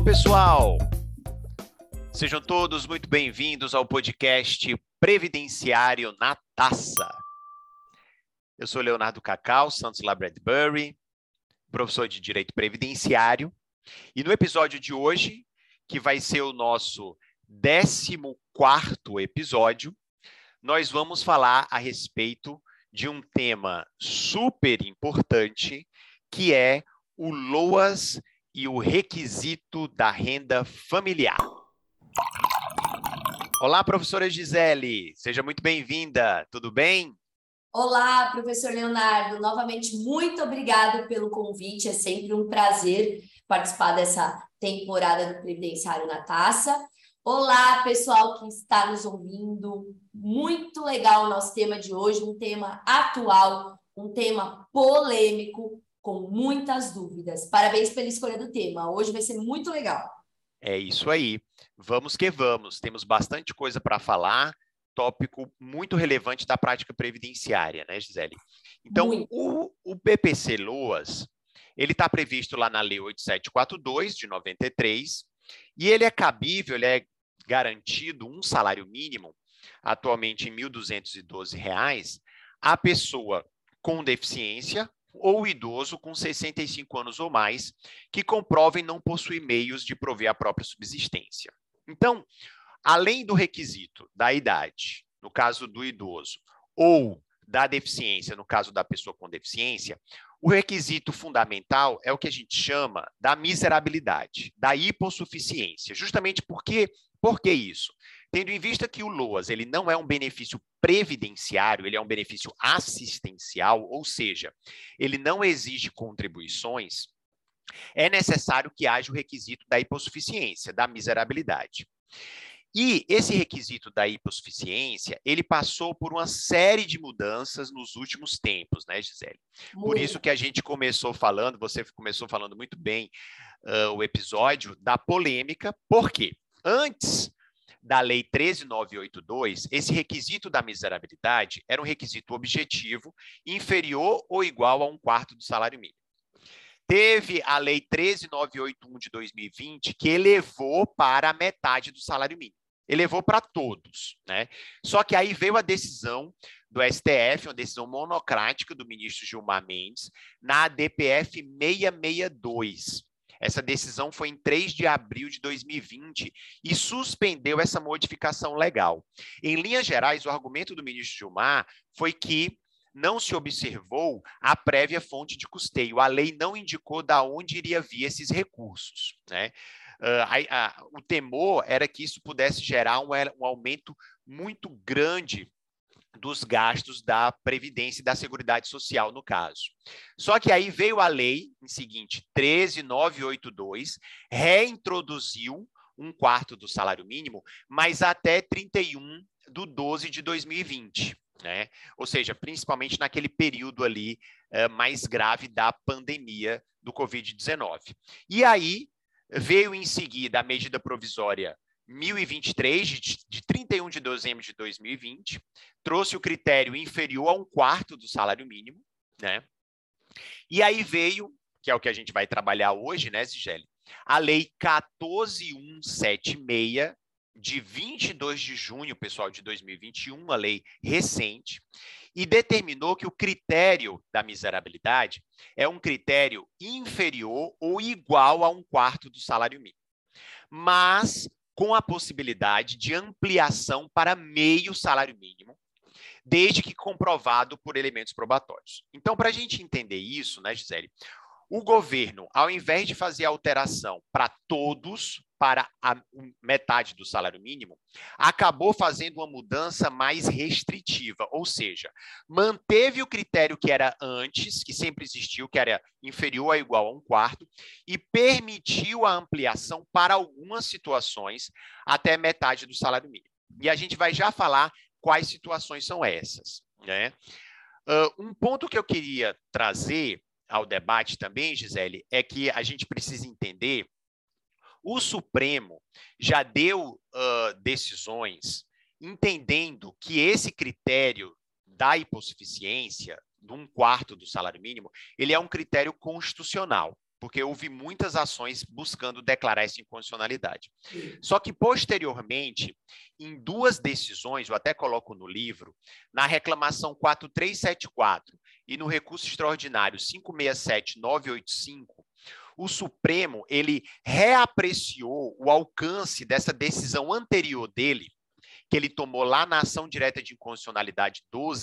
Alô, pessoal! Sejam todos muito bem-vindos ao podcast Previdenciário na Taça. Eu sou Leonardo Cacau, Santos La Bradbury, professor de Direito Previdenciário, e no episódio de hoje, que vai ser o nosso 14º episódio, nós vamos falar a respeito de um tema super importante, que é o LOAS e o requisito da renda familiar. Olá, professora Gisele, seja muito bem-vinda, tudo bem? Olá, professor Leonardo, novamente muito obrigado pelo convite, é sempre um prazer participar dessa temporada do Previdenciário na Taça. Olá, pessoal que está nos ouvindo, muito legal o nosso tema de hoje, um tema atual, um tema polêmico, com muitas dúvidas. Parabéns pela escolha do tema, hoje vai ser muito legal. É isso aí, vamos que vamos, temos bastante coisa para falar, tópico muito relevante da prática previdenciária, né, Gisele? Então, o PPC-LOAS, ele está previsto lá na Lei 8742, de 93, e ele é cabível, ele é garantido um salário mínimo, atualmente em R$ 1.212, a pessoa com deficiência ou idoso com 65 anos ou mais, que comprovem não possuir meios de prover a própria subsistência. Então, além do requisito da idade, no caso do idoso, ou da deficiência, no caso da pessoa com deficiência, o requisito fundamental é o que a gente chama da miserabilidade, da hipossuficiência. Justamente por que isso? Tendo em vista que o LOAS ele não é um benefício previdenciário, ele é um benefício assistencial, ou seja, ele não exige contribuições, é necessário que haja o requisito da hipossuficiência, da miserabilidade. E esse requisito da hipossuficiência, ele passou por uma série de mudanças nos últimos tempos, né, Gisele? Por isso que a gente começou falando, você começou falando muito bem o episódio da polêmica, por quê? Antes da Lei 13.982, esse requisito da miserabilidade era um requisito objetivo, inferior ou igual a 1/4 do salário mínimo. Teve a Lei 13.981 de 2020, que elevou para a metade do salário mínimo. Elevou para todos, né? Só que aí veio a decisão do STF, uma decisão monocrática do ministro Gilmar Mendes, na DPF 662. Essa decisão foi em 3 de abril de 2020 e suspendeu essa modificação legal. Em linhas gerais, o argumento do ministro Gilmar foi que não se observou a prévia fonte de custeio. A lei não indicou de onde iria vir esses recursos, né? O temor era que isso pudesse gerar um aumento muito grande dos gastos da Previdência e da Seguridade Social, no caso. Só que aí veio a lei, em seguinte, 13.982, reintroduziu 1/4 do salário mínimo, mas até 31/12 de 2020. Né? Ou seja, principalmente naquele período ali mais grave da pandemia do Covid-19. E aí veio em seguida a medida provisória 1023, de 31 de dezembro de 2020, trouxe o critério inferior a 1/4 do salário mínimo, né? E aí veio, que é o que a gente vai trabalhar hoje, né, Gisele? A Lei 14.176, de 22 de junho, pessoal, de 2021, uma lei recente, e determinou que o critério da miserabilidade é um critério inferior ou igual a 1/4 do salário mínimo, mas com a possibilidade de ampliação para meio salário mínimo, desde que comprovado por elementos probatórios. Então, para a gente entender isso, né, Gisele, o governo, ao invés de fazer a alteração para todos, para a metade do salário mínimo, acabou fazendo uma mudança mais restritiva, ou seja, manteve o critério que era antes, que sempre existiu, que era inferior ou igual a 1/4, e permitiu a ampliação para algumas situações até metade do salário mínimo. E a gente vai já falar quais situações são essas, né? Um ponto que eu queria trazer ao debate também, Gisele, é que a gente precisa entender, o Supremo já deu decisões entendendo que esse critério da hipossuficiência, de 1/4 do salário mínimo, ele é um critério constitucional, porque houve muitas ações buscando declarar essa inconstitucionalidade. Só que, posteriormente, em 2 decisões, eu até coloco no livro, na reclamação 4374 e no recurso extraordinário 567985, o Supremo ele reapreciou o alcance dessa decisão anterior dele, que ele tomou lá na ação direta de inconstitucionalidade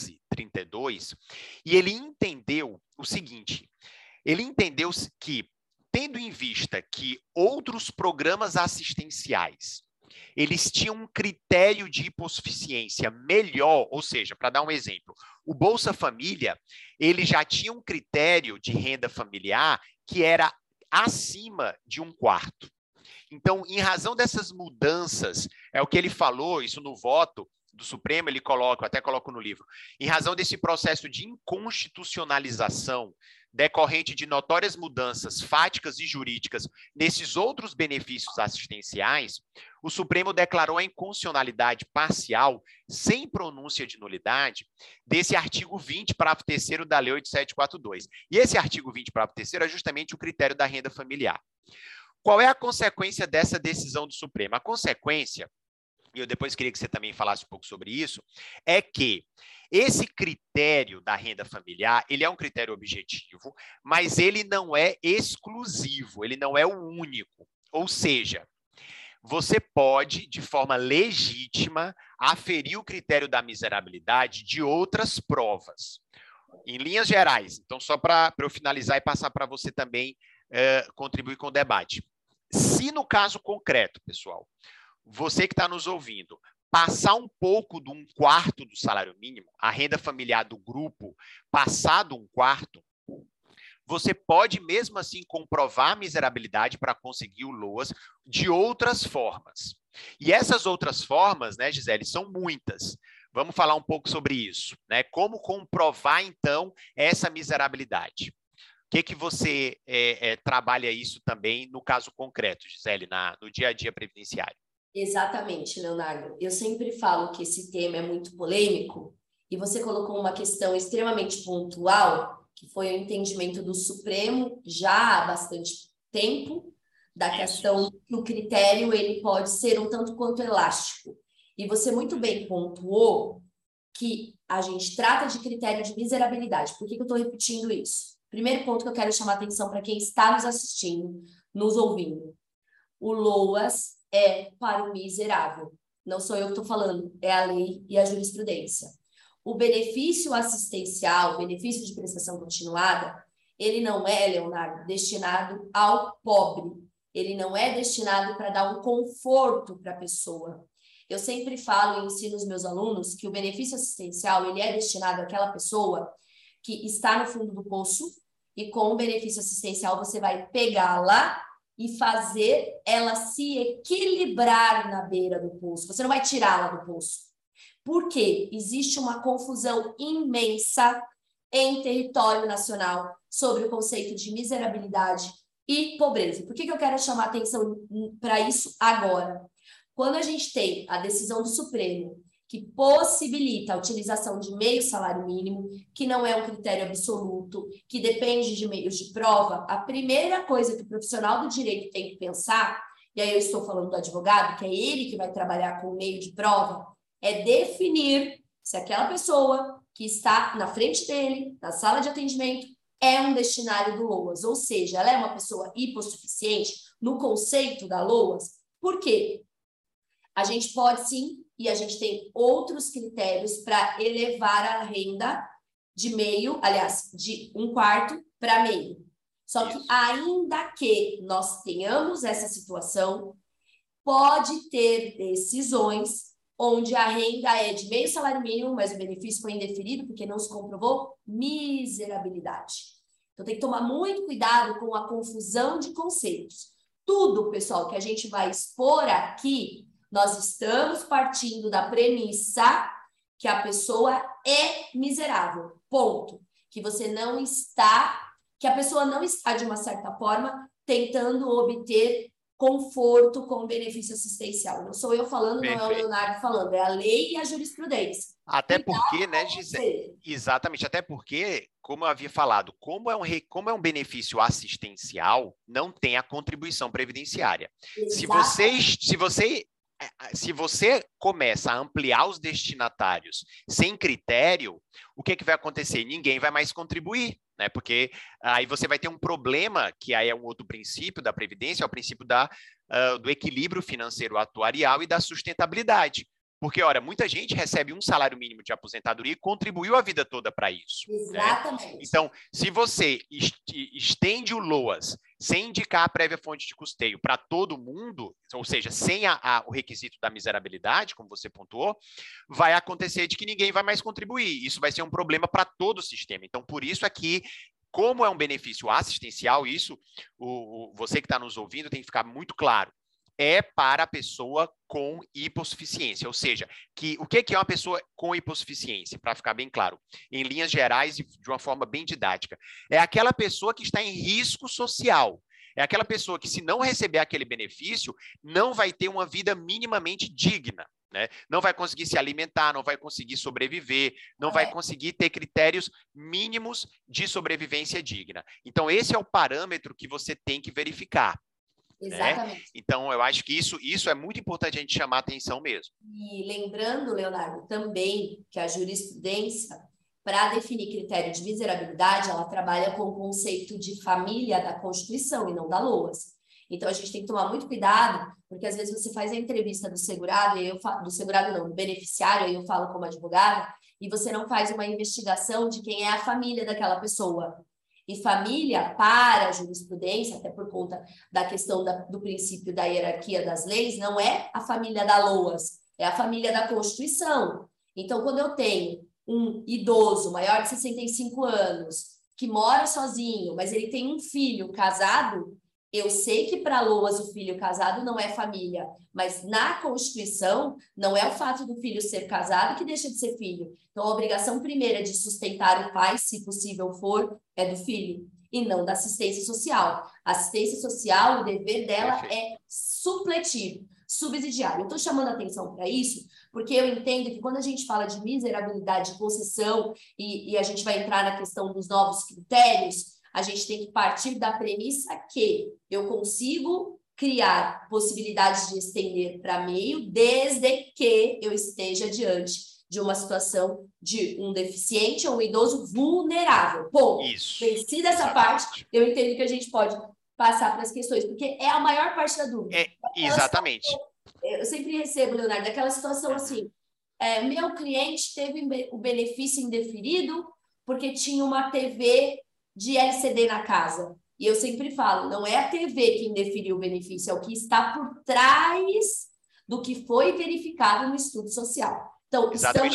1232, e ele entendeu o seguinte: ele entendeu que, tendo em vista que outros programas assistenciais, eles tinham um critério de hipossuficiência melhor, ou seja, para dar um exemplo, o Bolsa Família, ele já tinha um critério de renda familiar que era acima de 1/4. Então, em razão dessas mudanças, é o que ele falou, isso no voto do Supremo, ele coloca, eu até coloco no livro, em razão desse processo de inconstitucionalização decorrente de notórias mudanças fáticas e jurídicas nesses outros benefícios assistenciais, o Supremo declarou a inconstitucionalidade parcial, sem pronúncia de nulidade, desse artigo 20, parágrafo 3º da Lei 8742. E esse artigo 20, parágrafo 3º é justamente o critério da renda familiar. Qual é a consequência dessa decisão do Supremo? A consequência, e eu depois queria que você também falasse um pouco sobre isso, é que esse critério da renda familiar, ele é um critério objetivo, mas ele não é exclusivo, ele não é o único. Ou seja, você pode, de forma legítima, aferir o critério da miserabilidade de outras provas. Em linhas gerais, então só para eu finalizar e passar para você também contribuir com o debate. Se no caso concreto, pessoal, você que está nos ouvindo, passar um pouco de 1/4 do salário mínimo, a renda familiar do grupo passar do 1/4, você pode mesmo assim comprovar a miserabilidade para conseguir o LOAS de outras formas. E essas outras formas, né, Gisele, são muitas. Vamos falar um pouco sobre isso, né? Como comprovar, então, essa miserabilidade? O que você trabalha isso também no caso concreto, Gisele, no dia a dia previdenciário? Exatamente, Leonardo. Eu sempre falo que esse tema é muito polêmico e você colocou uma questão extremamente pontual, que foi o entendimento do Supremo já há bastante tempo, da questão que o critério ele pode ser um tanto quanto elástico. E você muito bem pontuou que a gente trata de critério de miserabilidade. Por que eu estou repetindo isso? Primeiro ponto que eu quero chamar a atenção para quem está nos assistindo, nos ouvindo. O LOAS é para o miserável. Não sou eu que estou falando, é a lei e a jurisprudência. O benefício assistencial, o benefício de prestação continuada, ele não é, Leonardo, destinado ao pobre. Ele não é destinado para dar um conforto para a pessoa. Eu sempre falo e ensino os meus alunos que o benefício assistencial ele é destinado àquela pessoa que está no fundo do poço e com o benefício assistencial você vai pegá-la e fazer ela se equilibrar na beira do poço. Você não vai tirá-la do poço. Por quê? Existe uma confusão imensa em território nacional sobre o conceito de miserabilidade e pobreza. Por que eu quero chamar atenção para isso agora? Quando a gente tem a decisão do Supremo que possibilita a utilização de meio salário mínimo, que não é um critério absoluto, que depende de meios de prova, a primeira coisa que o profissional do direito tem que pensar, e aí eu estou falando do advogado, que é ele que vai trabalhar com o meio de prova, é definir se aquela pessoa que está na frente dele, na sala de atendimento, é um destinário do LOAS, ou seja, ela é uma pessoa hipossuficiente no conceito da LOAS. Por quê? A gente pode sim, e a gente tem outros critérios para elevar a renda de meio, aliás, de 1/4 para meio. Só que ainda que nós tenhamos essa situação, pode ter decisões onde a renda é de meio salário mínimo, mas o benefício foi indeferido porque não se comprovou miserabilidade. Então tem que tomar muito cuidado com a confusão de conceitos. Tudo, pessoal, que a gente vai expor aqui, nós estamos partindo da premissa que a pessoa é miserável, ponto. Que você não está, que a pessoa não está, de uma certa forma, tentando obter conforto com benefício assistencial. Não sou eu falando, Perfeito. não é o Leonardo falando, é a lei e a jurisprudência. Até porque, né, Gisele? Exatamente, até porque, como eu havia falado, como é um benefício assistencial, não tem a contribuição previdenciária. Se você começa a ampliar os destinatários sem critério, o que vai acontecer? Ninguém vai mais contribuir, né? Porque aí você vai ter um problema, que aí é um outro princípio da Previdência, é o princípio do equilíbrio financeiro atuarial e da sustentabilidade. Porque, olha, muita gente recebe um salário mínimo de aposentadoria e contribuiu a vida toda para isso. Exatamente. Né? Então, se você estende o LOAS sem indicar a prévia fonte de custeio para todo mundo, ou seja, sem o requisito da miserabilidade, como você pontuou, vai acontecer de que ninguém vai mais contribuir. Isso vai ser um problema para todo o sistema. Então, por isso aqui, como é um benefício assistencial, isso, você que está nos ouvindo tem que ficar muito claro. É para a pessoa com hipossuficiência, ou seja, o que é uma pessoa com hipossuficiência, para ficar bem claro, em linhas gerais e de uma forma bem didática, é aquela pessoa que está em risco social, é aquela pessoa que, se não receber aquele benefício, não vai ter uma vida minimamente digna, né? Não vai conseguir se alimentar, não vai conseguir sobreviver, não vai conseguir ter critérios mínimos de sobrevivência digna. Então, esse é o parâmetro que você tem que verificar. Exatamente. Né? Então, eu acho que isso é muito importante a gente chamar a atenção mesmo. E lembrando, Leonardo, também que a jurisprudência, para definir critério de miserabilidade, ela trabalha com o conceito de família da Constituição e não da LOAS. Então, a gente tem que tomar muito cuidado, porque às vezes você faz a entrevista do segurado, do beneficiário, aí eu falo como advogada, e você não faz uma investigação de quem é a família daquela pessoa. E família, para a jurisprudência, até por conta da questão do princípio da hierarquia das leis, não é a família da LOAS, é a família da Constituição. Então, quando eu tenho um idoso maior de 65 anos, que mora sozinho, mas ele tem um filho casado, eu sei que para a LOAS o filho casado não é família, mas na Constituição não é o fato do filho ser casado que deixa de ser filho. Então, a obrigação primeira de sustentar o pai, se possível for, é do filho, e não da assistência social. A assistência social, o dever dela é supletivo, subsidiário. Eu estou chamando a atenção para isso, porque eu entendo que quando a gente fala de miserabilidade de concessão e a gente vai entrar na questão dos novos critérios, a gente tem que partir da premissa que eu consigo criar possibilidades de estender para meio, desde que eu esteja diante de uma situação de um deficiente ou um idoso vulnerável. Bom, vencida essa parte, eu entendo que a gente pode passar para as questões, porque é a maior parte da dúvida. Exatamente. Eu sempre recebo, Leonardo, aquela situação assim, meu cliente teve o benefício indeferido porque tinha uma TV de LCD na casa. E eu sempre falo, não é a TV que indeferiu o benefício, é o que está por trás do que foi verificado no estudo social. Então, exatamente,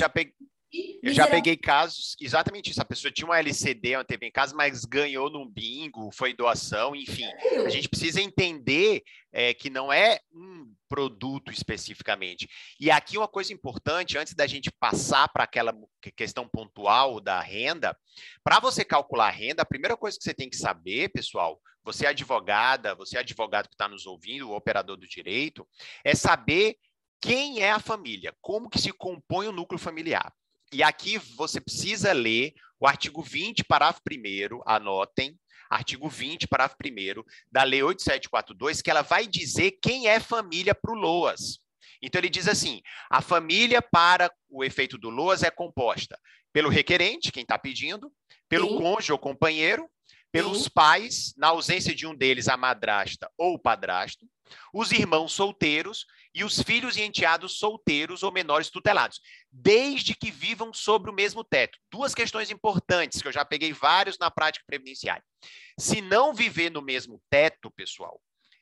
eu já peguei casos, exatamente isso, a pessoa tinha uma LCD, uma TV em casa, mas ganhou num bingo, foi doação, enfim. A gente precisa entender que não é um produto especificamente. E aqui uma coisa importante, antes da gente passar para aquela questão pontual da renda, para você calcular a renda, a primeira coisa que você tem que saber, pessoal, você é advogada, você é advogado que está nos ouvindo, o operador do direito, é saber quem é a família, como que se compõe o núcleo familiar. E aqui você precisa ler o artigo 20, parágrafo 1º, anotem, artigo 20, parágrafo 1º, da Lei 8742, que ela vai dizer quem é família para o LOAS. Então, ele diz assim, a família para o efeito do LOAS é composta pelo requerente, quem está pedindo, pelo cônjuge ou companheiro, pelos pais, na ausência de um deles, a madrasta ou o padrasto, os irmãos solteiros e os filhos e enteados solteiros ou menores tutelados, desde que vivam sobre o mesmo teto. Duas questões importantes, que eu já peguei vários na prática previdenciária. Se não viver no mesmo teto, pessoal,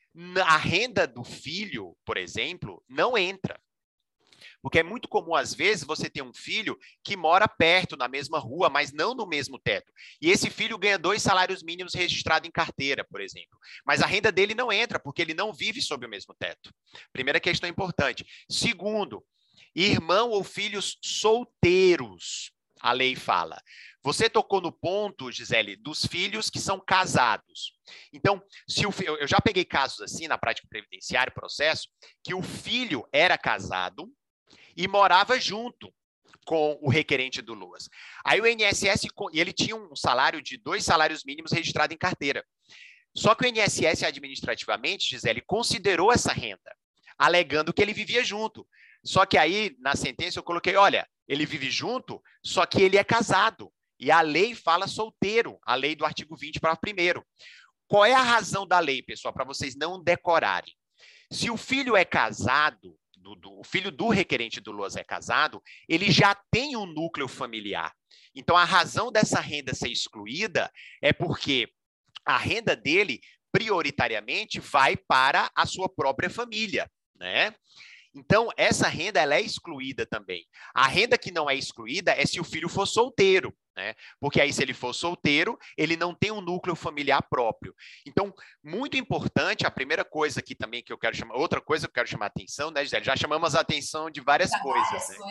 a renda do filho, por exemplo, não entra. Porque é muito comum, às vezes, você ter um filho que mora perto, na mesma rua, mas não no mesmo teto. E esse filho ganha 2 salários mínimos registrados em carteira, por exemplo. Mas a renda dele não entra, porque ele não vive sob o mesmo teto. Primeira questão importante. Segundo, irmão ou filhos solteiros. A lei fala. Você tocou no ponto, Gisele, dos filhos que são casados. Então, eu já peguei casos assim na prática previdenciária, processo, que o filho era casado e morava junto com o requerente do LOAS. Aí o INSS, e ele tinha um salário de 2 salários mínimos registrado em carteira. Só que o INSS, administrativamente, Gisele, considerou essa renda, alegando que ele vivia junto. Só que aí, na sentença, eu coloquei, olha, ele vive junto, só que ele é casado. E a lei fala solteiro, a lei do artigo 20, parágrafo 1º. Qual é a razão da lei, pessoal, para vocês não decorarem? Se o filho é casado, o filho do requerente do LOAS é casado, ele já tem um núcleo familiar. Então, a razão dessa renda ser excluída é porque a renda dele, prioritariamente, vai para a sua própria família, né? Então, essa renda ela é excluída também. A renda que não é excluída é se o filho for solteiro, né? Porque aí, se ele for solteiro, ele não tem um núcleo familiar próprio. Então, muito importante, a primeira coisa aqui também que eu quero chamar, outra coisa que eu quero chamar a atenção, né, Gisele? Já chamamos a atenção de várias coisas, né?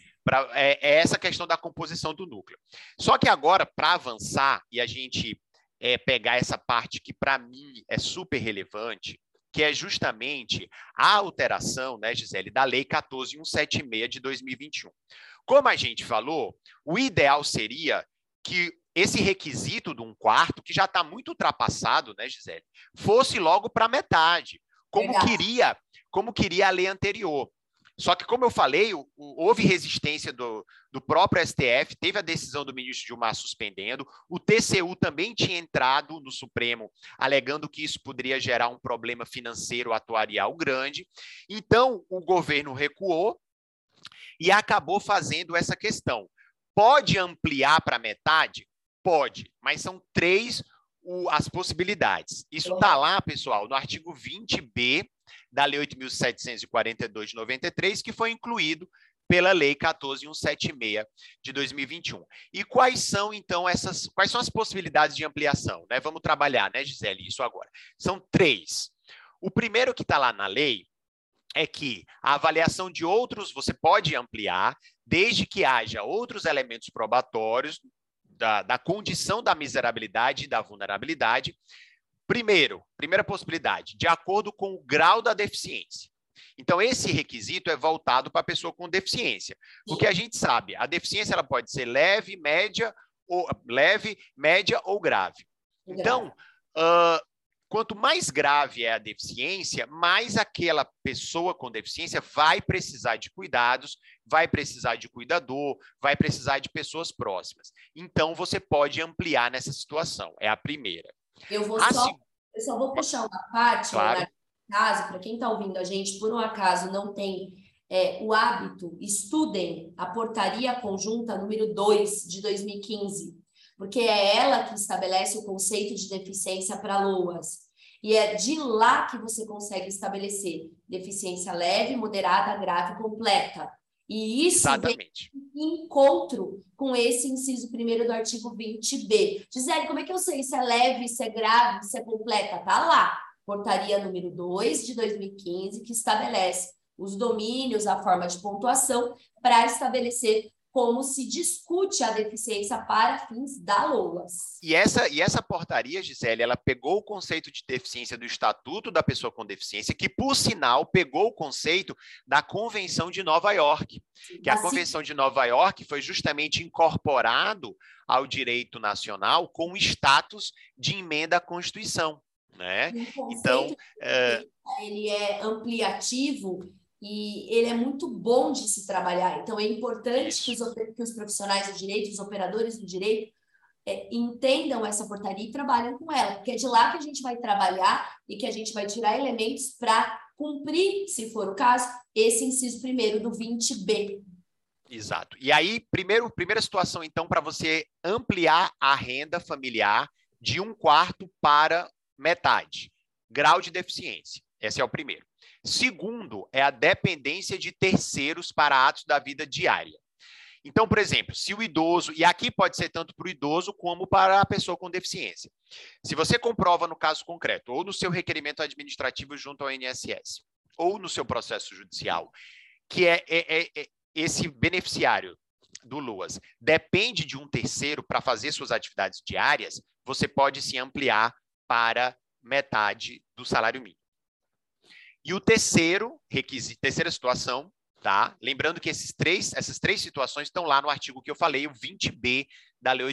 É essa questão da composição do núcleo. Só que agora, para avançar e a gente pegar essa parte que, para mim, é super relevante, que é justamente a alteração, né, Gisele, da Lei 14.176 de 2021. Como a gente falou, o ideal seria que esse requisito de 1/4, que já está muito ultrapassado, né, Gisele, fosse logo para metade, como queria a lei anterior. Só que, como eu falei, houve resistência do próprio STF, teve a decisão do ministro Gilmar suspendendo, o TCU também tinha entrado no Supremo, alegando que isso poderia gerar um problema financeiro atuarial grande. Então, o governo recuou e acabou fazendo essa questão. Pode ampliar para metade? Pode, mas são 3 as possibilidades. Isso está lá, pessoal, no artigo 20b da Lei 8.742 de 93, que foi incluído pela Lei 14.176 de 2021. E quais são as possibilidades de ampliação? Né? Vamos trabalhar, né, Gisele, isso agora. São 3. O primeiro que está lá na lei é que a avaliação de outros você pode ampliar, desde que haja outros elementos probatórios da condição da miserabilidade e da vulnerabilidade. Primeira possibilidade, de acordo com o grau da deficiência. Então, esse requisito é voltado para a pessoa com deficiência. Porque a gente sabe, a deficiência ela pode ser leve, média ou grave. Então, quanto mais grave é a deficiência, mais aquela pessoa com deficiência vai precisar de cuidados, vai precisar de cuidador, vai precisar de pessoas próximas. Então, você pode ampliar nessa situação. É a primeira. Eu só vou puxar uma parte, claro. Caso, para quem está ouvindo a gente, por um acaso não tem o hábito, estudem a portaria conjunta número 2 de 2015, porque é ela que estabelece o conceito de deficiência para LOAS. E é de lá que você consegue estabelecer deficiência leve, moderada, grave e completa. E isso exatamente vem em encontro com esse inciso 1º do artigo 20b. Gisele, como é que eu sei se é leve, se é grave, se é completa? Tá lá. Portaria número 2 de 2015, que estabelece os domínios, a forma de pontuação, para estabelecer como se discute a deficiência para fins da LOAS. E essa portaria, Gisele, ela pegou o conceito de deficiência do Estatuto da Pessoa com Deficiência, que, por sinal, pegou o conceito da Convenção de Nova York, que a Convenção de Nova York foi justamente incorporado ao direito nacional com o status de emenda à Constituição. Né? Então, ele é ampliativo e ele é muito bom de se trabalhar. Então, é importante que os profissionais do direito, os operadores do direito, entendam essa portaria e trabalhem com ela, porque é de lá que a gente vai trabalhar e que a gente vai tirar elementos para cumprir, se for o caso, esse inciso 1º do 20b. Exato. E aí, primeira situação, então, para você ampliar a renda familiar de 1/4 para metade. Grau de deficiência. Esse é o primeiro. Segundo, é a dependência de terceiros para atos da vida diária. Então, por exemplo, se o idoso, e aqui pode ser tanto para o idoso como para a pessoa com deficiência, se você comprova no caso concreto, ou no seu requerimento administrativo junto ao INSS, ou no seu processo judicial, que esse beneficiário do LOAS depende de um terceiro para fazer suas atividades diárias, você pode se ampliar para metade do salário mínimo. E o terceiro requisito, terceira situação, tá? Lembrando que essas três situações estão lá no artigo que eu falei, o 20B da Lei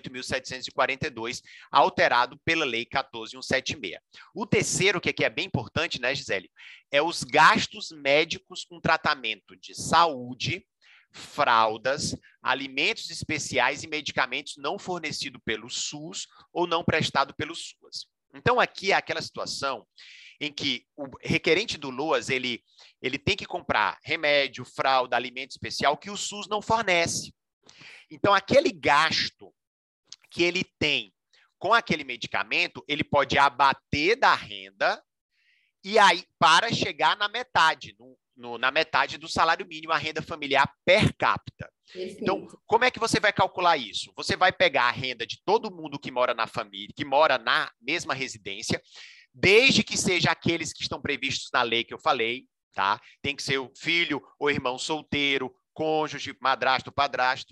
8.742, alterado pela Lei 14.176. O terceiro, que aqui é bem importante, né, Gisele, é os gastos médicos com tratamento de saúde, fraldas, alimentos especiais e medicamentos não fornecidos pelo SUS ou não prestado pelo SUAS. Então, aqui é aquela situação em que o requerente do LOAS, ele tem que comprar remédio, fralda, alimento especial que o SUS não fornece. Então, aquele gasto que ele tem com aquele medicamento, ele pode abater da renda e aí para chegar na metade, na metade do salário mínimo, a renda familiar per capita. Perfeito. Então, como é que você vai calcular isso? Você vai pegar a renda de todo mundo que mora na família, que mora na mesma residência, desde que seja aqueles que estão previstos na lei que eu falei, tá? Tem que ser o filho ou irmão solteiro, cônjuge, madrasto, padrasto.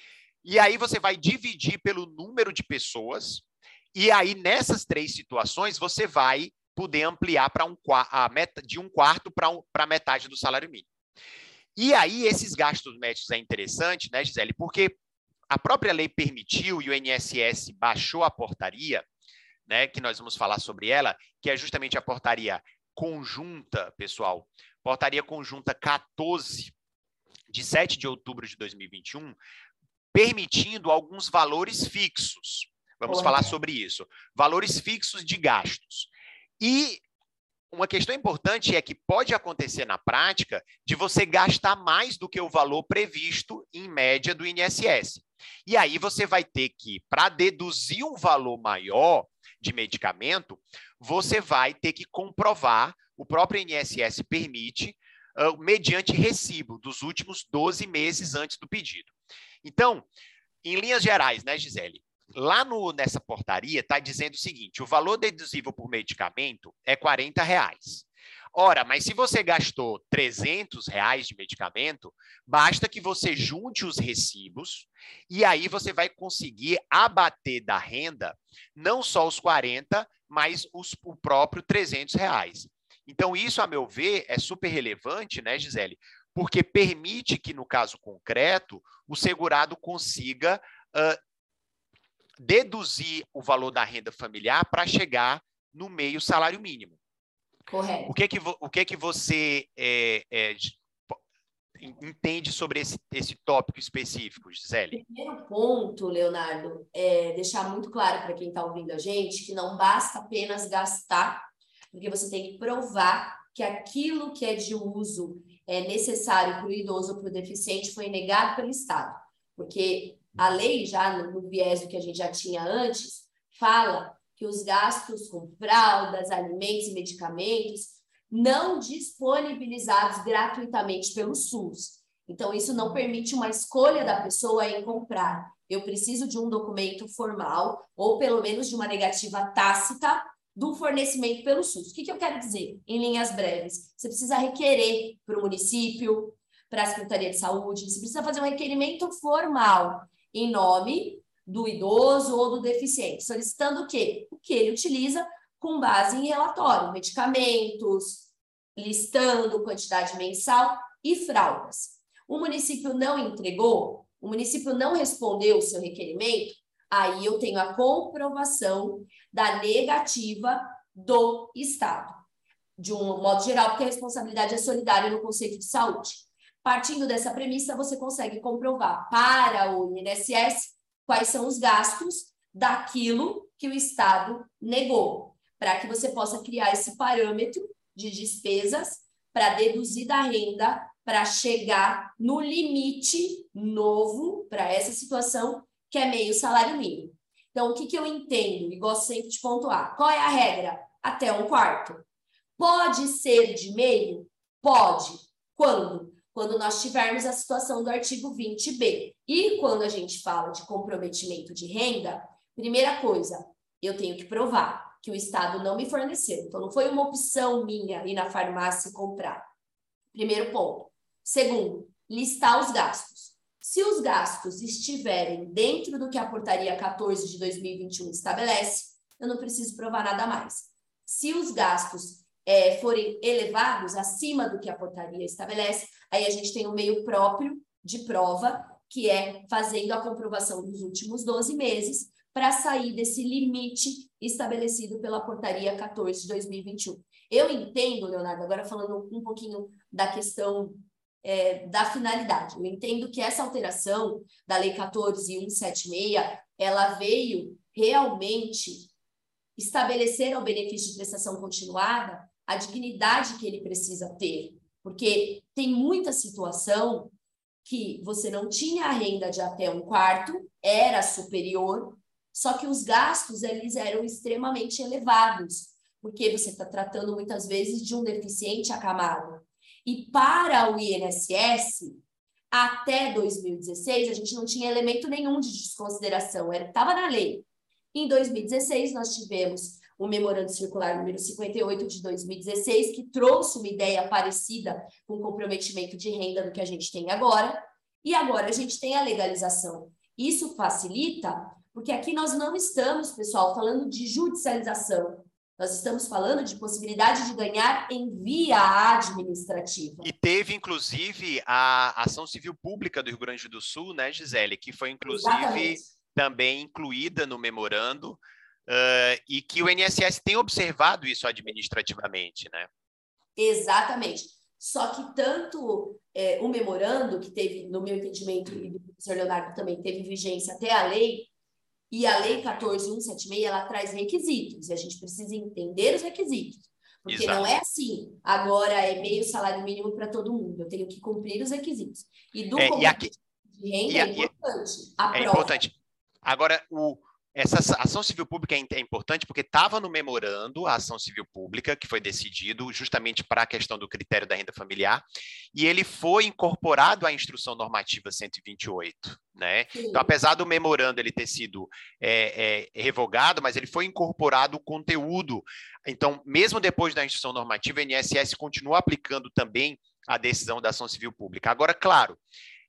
E aí você vai dividir pelo número de pessoas, e aí nessas três situações você vai poder ampliar para de um quarto para metade do salário mínimo. E aí esses gastos médicos é interessante, né, Gisele? Porque a própria lei permitiu e o INSS baixou a portaria, né, que nós vamos falar sobre ela, que é justamente a portaria conjunta, pessoal, portaria conjunta 14, de 7 de outubro de 2021, permitindo alguns valores fixos. Vamos falar sobre isso. Valores fixos de gastos. E uma questão importante é que pode acontecer na prática de você gastar mais do que o valor previsto, em média, do INSS. E aí você vai ter que, para deduzir um valor maior de medicamento, você vai ter que comprovar, o próprio INSS permite, mediante recibo dos últimos 12 meses antes do pedido. Então, em linhas gerais, né, Gisele? Lá nessa portaria está dizendo o seguinte, o valor deduzível por medicamento é R$40. Ora, mas se você gastou R$300 de medicamento, basta que você junte os recibos e aí você vai conseguir abater da renda não só os 40, mas o próprio R$300. Então, isso, a meu ver, é super relevante, né, Gisele? Porque permite que, no caso concreto, o segurado consiga deduzir o valor da renda familiar para chegar no meio salário mínimo. Correto. O que você entende sobre esse tópico específico, Gisele? O primeiro ponto, Leonardo, é deixar muito claro para quem está ouvindo a gente que não basta apenas gastar, porque você tem que provar que aquilo que é de uso necessário para o idoso ou para o deficiente foi negado pelo Estado. Porque a lei, já no viés do que a gente já tinha antes, fala que os gastos com fraldas, alimentos e medicamentos não disponibilizados gratuitamente pelo SUS. Então, isso não permite uma escolha da pessoa em comprar. Eu preciso de um documento formal, ou pelo menos de uma negativa tácita, do fornecimento pelo SUS. O que eu quero dizer, em linhas breves? Você precisa requerer para o município, para a Secretaria de Saúde, você precisa fazer um requerimento formal em nome do idoso ou do deficiente, solicitando o quê? O que ele utiliza com base em relatório, medicamentos, listando quantidade mensal e fraldas. O município não entregou, o município não respondeu o seu requerimento, aí eu tenho a comprovação da negativa do Estado. De um modo geral, porque a responsabilidade é solidária no conceito de saúde. Partindo dessa premissa, você consegue comprovar para o INSS quais são os gastos daquilo que o Estado negou, para que você possa criar esse parâmetro de despesas para deduzir da renda, para chegar no limite novo para essa situação, que é meio salário mínimo. Então, o que eu entendo e gosto sempre de pontuar? Qual é a regra? Até um quarto. Pode ser de meio? Pode. Quando? Quando nós tivermos a situação do artigo 20B. E quando a gente fala de comprometimento de renda, primeira coisa, eu tenho que provar que o Estado não me forneceu. Então, não foi uma opção minha ir na farmácia e comprar. Primeiro ponto. Segundo, listar os gastos. Se os gastos estiverem dentro do que a portaria 14 de 2021 estabelece, eu não preciso provar nada mais. Se os gastos forem elevados acima do que a portaria estabelece, aí a gente tem um meio próprio de prova, que é fazendo a comprovação dos últimos 12 meses para sair desse limite estabelecido pela portaria 14 de 2021. Eu entendo, Leonardo, agora falando um pouquinho da questão da finalidade. Eu entendo que essa alteração da Lei 14.176, ela veio realmente estabelecer ao benefício de prestação continuada a dignidade que ele precisa ter. Porque tem muita situação que você não tinha a renda de até um quarto, era superior, só que os gastos eles eram extremamente elevados, porque você está tratando muitas vezes de um deficiente acamado. E para o INSS, até 2016, a gente não tinha elemento nenhum de desconsideração, estava na lei. Em 2016, nós tivemos o Memorando Circular número 58 de 2016, que trouxe uma ideia parecida com o comprometimento de renda do que a gente tem agora, e agora a gente tem a legalização. Isso facilita, porque aqui nós não estamos, pessoal, falando de judicialização, nós estamos falando de possibilidade de ganhar em via administrativa. E teve, inclusive, a ação civil pública do Rio Grande do Sul, né, Gisele, que foi, inclusive, exatamente, também incluída no memorando, e que o INSS tem observado isso administrativamente, né? Exatamente. Só que tanto o memorando, que teve, no meu entendimento, e do professor Leonardo também, teve vigência até a lei, e a Lei 14.176, ela traz requisitos, e a gente precisa entender os requisitos. Porque exato, não é assim, agora é meio salário mínimo para todo mundo, eu tenho que cumprir os requisitos. E do comprovante de renda é importante. É importante. Agora, essa ação civil pública é importante porque estava no memorando a ação civil pública, que foi decidido justamente para a questão do critério da renda familiar, e ele foi incorporado à Instrução Normativa 128, né? Sim. Então, apesar do memorando ele ter sido revogado, mas ele foi incorporado o conteúdo. Então, mesmo depois da Instrução Normativa, o INSS continua aplicando também a decisão da ação civil pública. Agora, claro,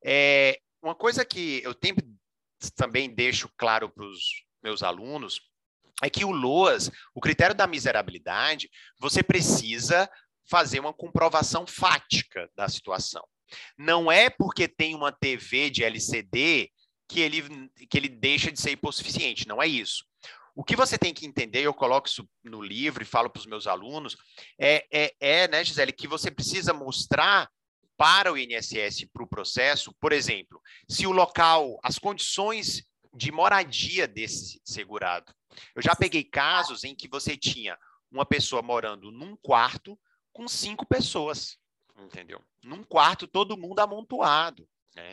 uma coisa que eu também deixo claro para os meus alunos, é que o LOAS, o critério da miserabilidade, você precisa fazer uma comprovação fática da situação. Não é porque tem uma TV de LCD que ele deixa de ser hipossuficiente, não é isso. O que você tem que entender, eu coloco isso no livro e falo para os meus alunos, né, Gisele, que você precisa mostrar para o INSS, para o processo, por exemplo, se o local, as condições de moradia desse segurado. Eu já peguei casos em que você tinha uma pessoa morando num quarto com 5 pessoas, entendeu? Num quarto, todo mundo amontoado, né?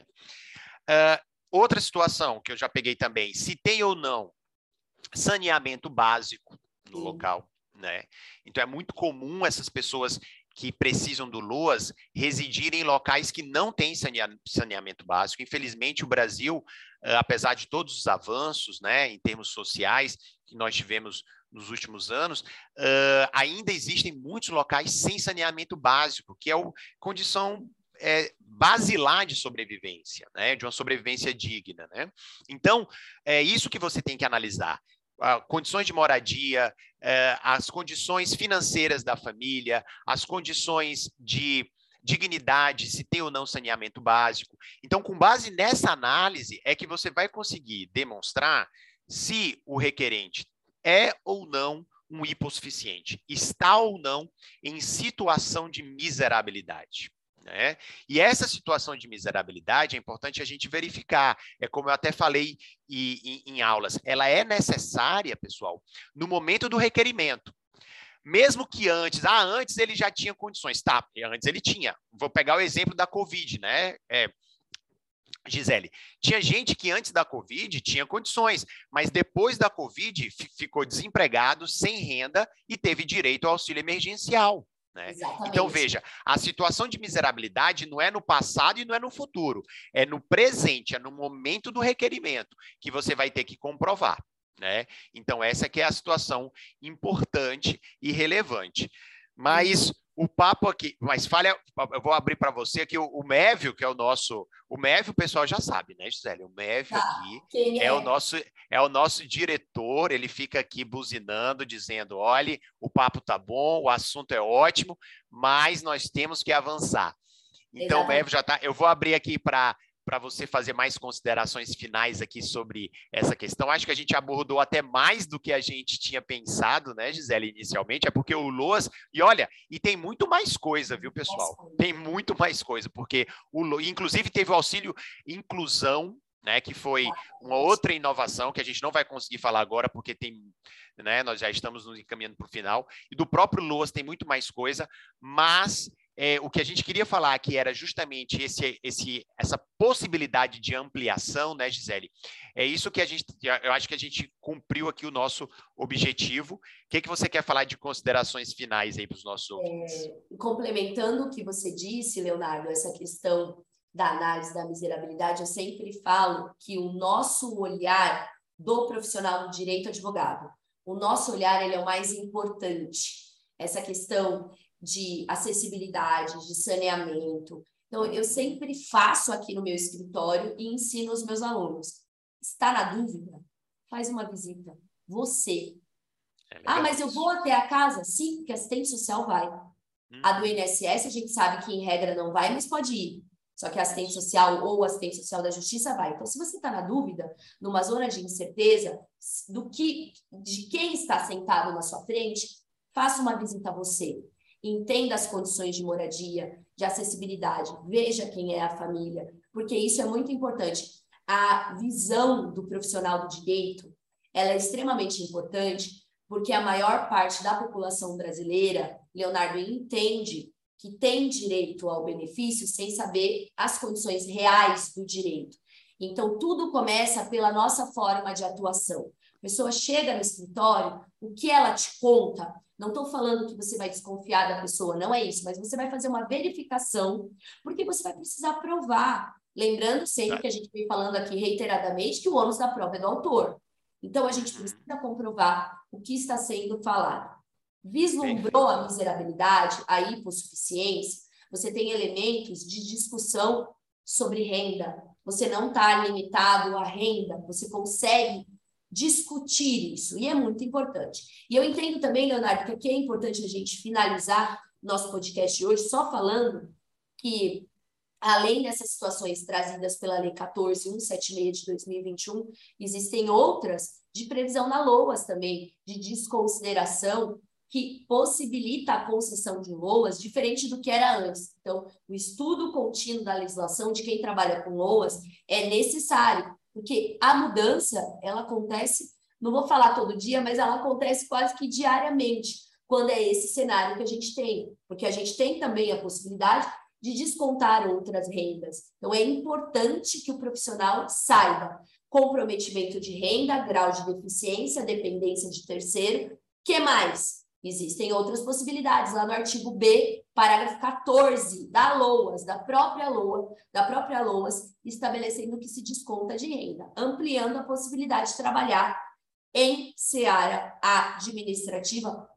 Outra situação que eu já peguei também, se tem ou não saneamento básico no local, né? Então, é muito comum essas pessoas que precisam do LOAS residirem em locais que não têm saneamento básico. Infelizmente, o Brasil, apesar de todos os avanços, né, em termos sociais que nós tivemos nos últimos anos, ainda existem muitos locais sem saneamento básico, que é a condição basilar de sobrevivência, né, de uma sobrevivência digna, né? Então, é isso que você tem que analisar. Condições de moradia, as condições financeiras da família, as condições de dignidade, se tem ou não saneamento básico. Então, com base nessa análise, é que você vai conseguir demonstrar se o requerente é ou não um hipossuficiente, está ou não em situação de miserabilidade, né? E essa situação de miserabilidade é importante a gente verificar. É como eu até falei em aulas, ela é necessária, pessoal, no momento do requerimento. Mesmo que antes ele já tinha condições. Tá, antes ele tinha. Vou pegar o exemplo da Covid, né? Gisele, tinha gente que antes da Covid tinha condições, mas depois da Covid ficou desempregado, sem renda e teve direito ao auxílio emergencial. Né? Então, veja, a situação de miserabilidade não é no passado e não é no futuro, é no presente, é no momento do requerimento que você vai ter que comprovar. Né? Então, essa que é a situação importante e relevante. Mas o papo aqui, mas eu vou abrir para você aqui o Mévio, que é o Mévio, o pessoal já sabe, né, Gisele? O Mévio aqui quem é o nosso diretor, ele fica aqui buzinando, dizendo, olha, o papo tá bom, o assunto é ótimo, mas nós temos que avançar. Então, o Mévio já tá, eu vou abrir aqui para você fazer mais considerações finais aqui sobre essa questão. Acho que a gente abordou até mais do que a gente tinha pensado, né, Gisele, inicialmente, é porque o LOAS, e olha, e tem muito mais coisa, viu, pessoal? Tem muito mais coisa, porque inclusive teve o auxílio inclusão, né, que foi uma outra inovação que a gente não vai conseguir falar agora, porque tem, né, nós já estamos nos encaminhando para o final, e do próprio LOAS tem muito mais coisa, mas o que a gente queria falar aqui era justamente essa possibilidade de ampliação, né, Gisele? É isso que eu acho que a gente cumpriu aqui o nosso objetivo. O que você quer falar de considerações finais aí para os nossos ouvintes? Complementando o que você disse, Leonardo, essa questão da análise da miserabilidade, eu sempre falo que o nosso olhar do profissional do direito advogado, o nosso olhar ele é o mais importante. Essa questão de acessibilidade, de saneamento. Então, eu sempre faço aqui no meu escritório e ensino os meus alunos. Está na dúvida? Faz uma visita. Você. Mas eu vou até a casa? Sim, porque a assistente social vai. A do INSS, a gente sabe que em regra não vai, mas pode ir. Só que a assistente social ou a assistente social da justiça vai. Então, se você está na dúvida, numa zona de incerteza, de quem está sentado na sua frente, faça uma visita a você. Entenda as condições de moradia, de acessibilidade, veja quem é a família, porque isso é muito importante. A visão do profissional do direito, ela é extremamente importante, porque a maior parte da população brasileira, Leonardo, entende que tem direito ao benefício sem saber as condições reais do direito. Então, tudo começa pela nossa forma de atuação. A pessoa chega no escritório, o que ela te conta? Não estou falando que você vai desconfiar da pessoa, não é isso, mas você vai fazer uma verificação, porque você vai precisar provar. Lembrando sempre que a gente vem falando aqui reiteradamente que o ônus da prova é do autor. Então, a gente precisa comprovar o que está sendo falado. Vislumbrou a miserabilidade, a hipossuficiência, você tem elementos de discussão sobre renda. Você não está limitado à renda, você consegue discutir isso, e é muito importante. E eu entendo também, Leonardo, que aqui é importante a gente finalizar nosso podcast de hoje só falando que, além dessas situações trazidas pela Lei 14.176 de 2021, existem outras de previsão na LOAS também, de desconsideração, que possibilita a concessão de LOAS diferente do que era antes. Então, o estudo contínuo da legislação de quem trabalha com LOAS é necessário, porque a mudança, ela acontece, não vou falar todo dia, mas ela acontece quase que diariamente, quando é esse cenário que a gente tem, porque a gente tem também a possibilidade de descontar outras rendas. Então, é importante que o profissional saiba comprometimento de renda, grau de deficiência, dependência de terceiro. Que mais? Existem outras possibilidades, lá no artigo B, parágrafo 14 da LOAS, da própria LOAS, estabelecendo que se desconta de renda, ampliando a possibilidade de trabalhar em seara administrativa,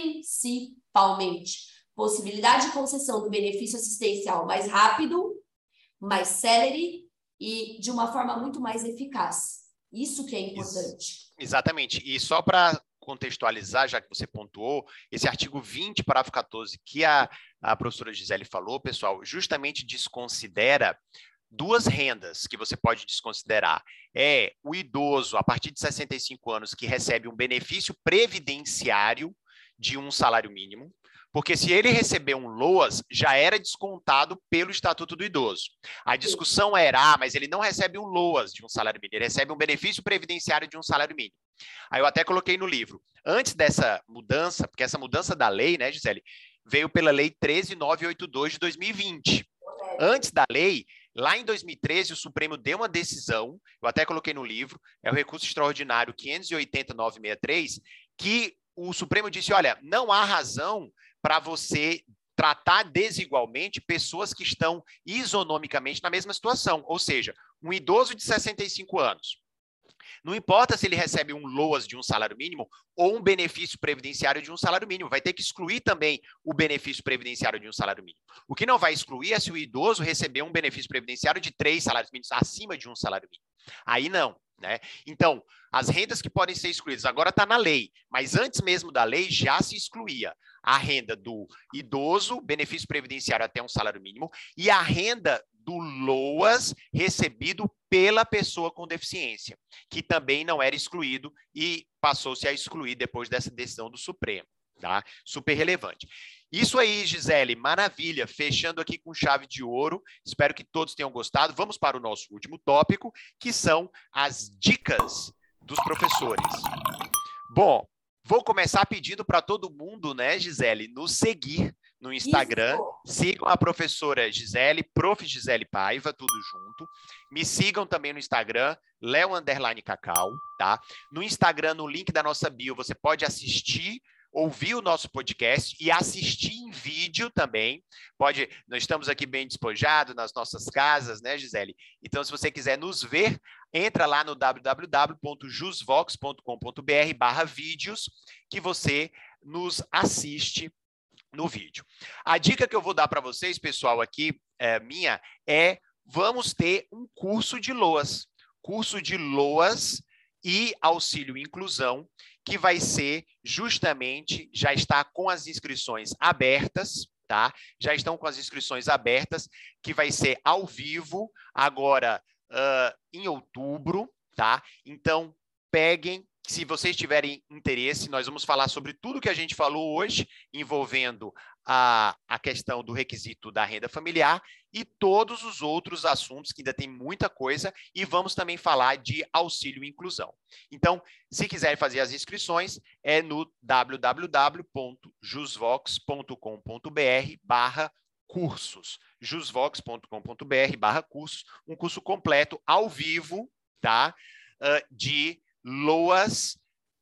principalmente. Possibilidade de concessão do benefício assistencial mais rápido, mais célere e de uma forma muito mais eficaz. Isso que é importante. Exatamente. E só para contextualizar, já que você pontuou, esse artigo 20, parágrafo 14, que a professora Gisele falou, pessoal, justamente desconsidera duas rendas que você pode desconsiderar. É o idoso, a partir de 65 anos, que recebe um benefício previdenciário de um salário mínimo, porque se ele receber um LOAS, já era descontado pelo Estatuto do Idoso. A discussão era, mas ele não recebe um LOAS de um salário mínimo, ele recebe um benefício previdenciário de um salário mínimo. Aí eu até coloquei no livro, antes dessa mudança, porque essa mudança da lei, né, Gisele, veio pela Lei 13.982 de 2020. Antes da lei, lá em 2013, o Supremo deu uma decisão, eu até coloquei no livro, é o recurso extraordinário 580.963, que o Supremo disse, olha, não há razão para você tratar desigualmente pessoas que estão isonomicamente na mesma situação, ou seja, um idoso de 65 anos, Não importa se ele recebe um LOAS de um salário mínimo ou um benefício previdenciário de um salário mínimo. Vai ter que excluir também o benefício previdenciário de um salário mínimo. O que não vai excluir é se o idoso receber um benefício previdenciário de 3 salários mínimos acima de um salário mínimo. Aí não, né? Então, as rendas que podem ser excluídas, agora está na lei, mas antes mesmo da lei já se excluía a renda do idoso, benefício previdenciário até um salário mínimo, e a renda do LOAS recebido pela pessoa com deficiência, que também não era excluído e passou-se a excluir depois dessa decisão do Supremo, tá? Super relevante. Isso aí, Gisele, maravilha. Fechando aqui com chave de ouro. Espero que todos tenham gostado. Vamos para o nosso último tópico, que são as dicas dos professores. Bom, vou começar pedindo para todo mundo, né, Gisele, nos seguir no Instagram. Isso. Sigam a professora Gisele, Prof. Gisele Paiva, tudo junto. Me sigam também no Instagram, Leo_Cacau, tá? No Instagram, no link da nossa bio, você pode ouvir o nosso podcast e assistir em vídeo também. Nós estamos aqui bem despojados nas nossas casas, né, Gisele? Então, se você quiser nos ver, entra lá no www.jusvox.com.br/vídeos que você nos assiste no vídeo. A dica que eu vou dar para vocês, pessoal, aqui, vamos ter um curso de LOAS. Curso de LOAS e auxílio inclusão, que vai ser justamente, já está com as inscrições abertas, tá? Já estão com as inscrições abertas, que vai ser ao vivo, agora em outubro, tá? Então, peguem, se vocês tiverem interesse, nós vamos falar sobre tudo que a gente falou hoje, envolvendo a questão do requisito da renda familiar e todos os outros assuntos, que ainda tem muita coisa, e vamos também falar de auxílio e inclusão. Então, se quiserem fazer as inscrições, é no www.jusvox.com.br/cursos. jusvox.com.br/cursos, um curso completo, ao vivo, tá? De LOAS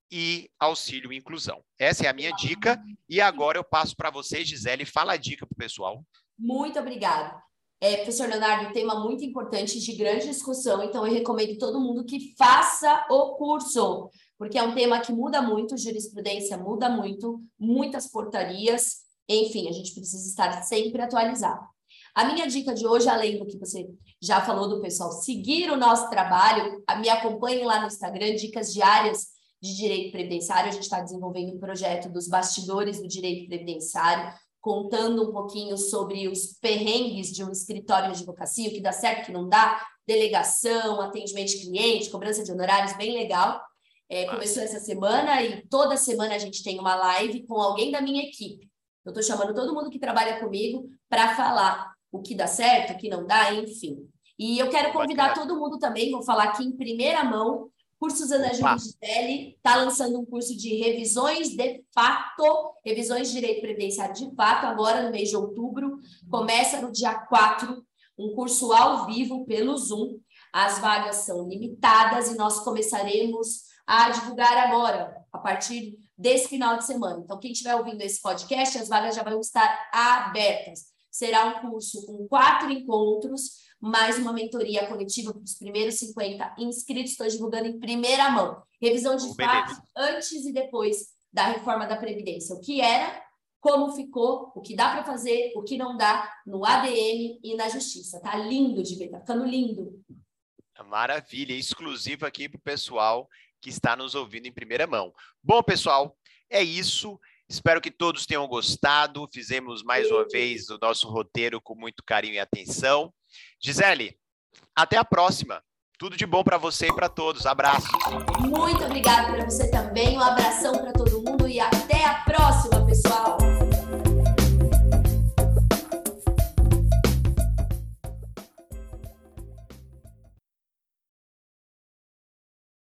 e auxílio e inclusão. Essa é a minha dica. E agora eu passo para você, Gisele. Fala a dica para o pessoal. Muito obrigada. Professor Leonardo, um tema muito importante, de grande discussão, então eu recomendo todo mundo que faça o curso, porque é um tema que muda muito, jurisprudência muda muito, muitas portarias, enfim, a gente precisa estar sempre atualizado. A minha dica de hoje, além do que você já falou do pessoal seguir o nosso trabalho, me acompanhem lá no Instagram, dicas diárias de direito previdenciário. A gente está desenvolvendo um projeto dos bastidores do direito previdenciário, contando um pouquinho sobre os perrengues de um escritório de advocacia, o que dá certo, o que não dá, delegação, atendimento de cliente, cobrança de honorários, bem legal. Começou essa semana e toda semana a gente tem uma live com alguém da minha equipe. Eu estou chamando todo mundo que trabalha comigo para falar o que dá certo, o que não dá, enfim. E eu quero convidar todo mundo também, vou falar aqui em primeira mão, Cursos Ana Júlia Gisele está lançando um curso de revisões de fato, revisões de direito previdenciário de fato, agora no mês de outubro, começa no dia 4, um curso ao vivo pelo Zoom. As vagas são limitadas e nós começaremos a divulgar agora, a partir desse final de semana. Então, quem estiver ouvindo esse podcast, as vagas já vão estar abertas. Será um curso com 4 encontros, mais uma mentoria coletiva para os primeiros 50 inscritos. Estou divulgando em primeira mão. Revisão de fato antes e depois da reforma da Previdência. O que era, como ficou, o que dá para fazer, o que não dá no ADM e na Justiça. Tá lindo de ver, tá ficando lindo. Maravilha, exclusivo aqui para o pessoal que está nos ouvindo em primeira mão. Bom, pessoal, é isso. Espero que todos tenham gostado. Fizemos mais uma vez o nosso roteiro com muito carinho e atenção. Gisele, até a próxima. Tudo de bom para você e para todos. Abraço. Muito obrigada para você também. Um abração para todo mundo e até a próxima, pessoal.